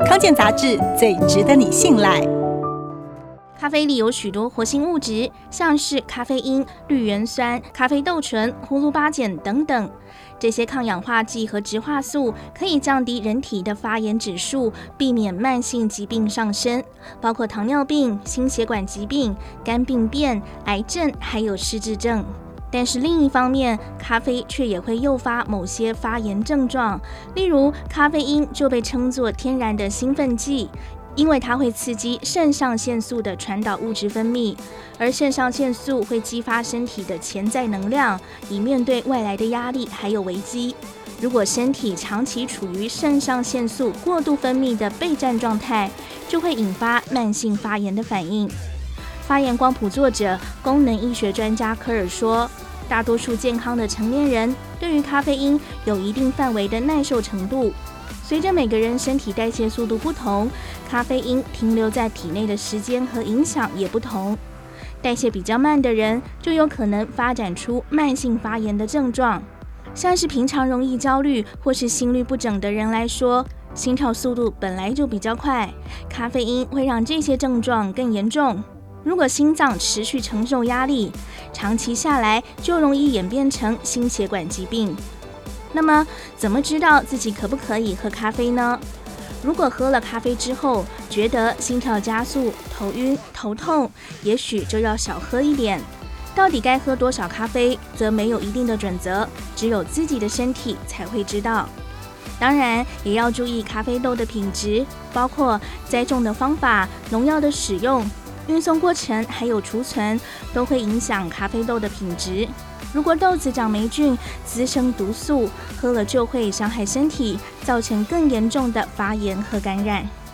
康健杂志最值得你信赖。 咖啡里有许多活性物质，像是咖啡因、绿原酸、咖啡豆醇、呼噜巴碱等等。这些抗氧化剂和植化素可以降低人体的发炎指数，避免慢性疾病上升，包括糖尿病、心血管疾病、肝病变、癌症，还有失智症。但是另一方面，咖啡却也会诱发某些发炎症状，例如咖啡因就被称作天然的兴奋剂，因为它会刺激肾上腺素的传导物质分泌，而肾上腺素会激发身体的潜在能量，以面对外来的压力还有危机。如果身体长期处于肾上腺素过度分泌的备战状态，就会引发慢性发炎的反应。发炎光谱作者、功能医学专家科尔说，大多数健康的成年人对于咖啡因有一定范围的耐受程度。随着每个人身体代谢速度不同，咖啡因停留在体内的时间和影响也不同。代谢比较慢的人就有可能发展出慢性发炎的症状，像是平常容易焦虑或是心律不整的人来说，心跳速度本来就比较快，咖啡因会让这些症状更严重。如果心脏持续承受压力，长期下来就容易演变成心血管疾病。那么，怎么知道自己可不可以喝咖啡呢？如果喝了咖啡之后觉得心跳加速、头晕、头痛，也许就要少喝一点。到底该喝多少咖啡，则没有一定的准则，只有自己的身体才会知道。当然，也要注意咖啡豆的品质，包括栽种的方法、农药的使用、运送过程还有储存，都会影响咖啡豆的品质。如果豆子长霉菌、滋生毒素，喝了就会伤害身体，造成更严重的发炎和感染。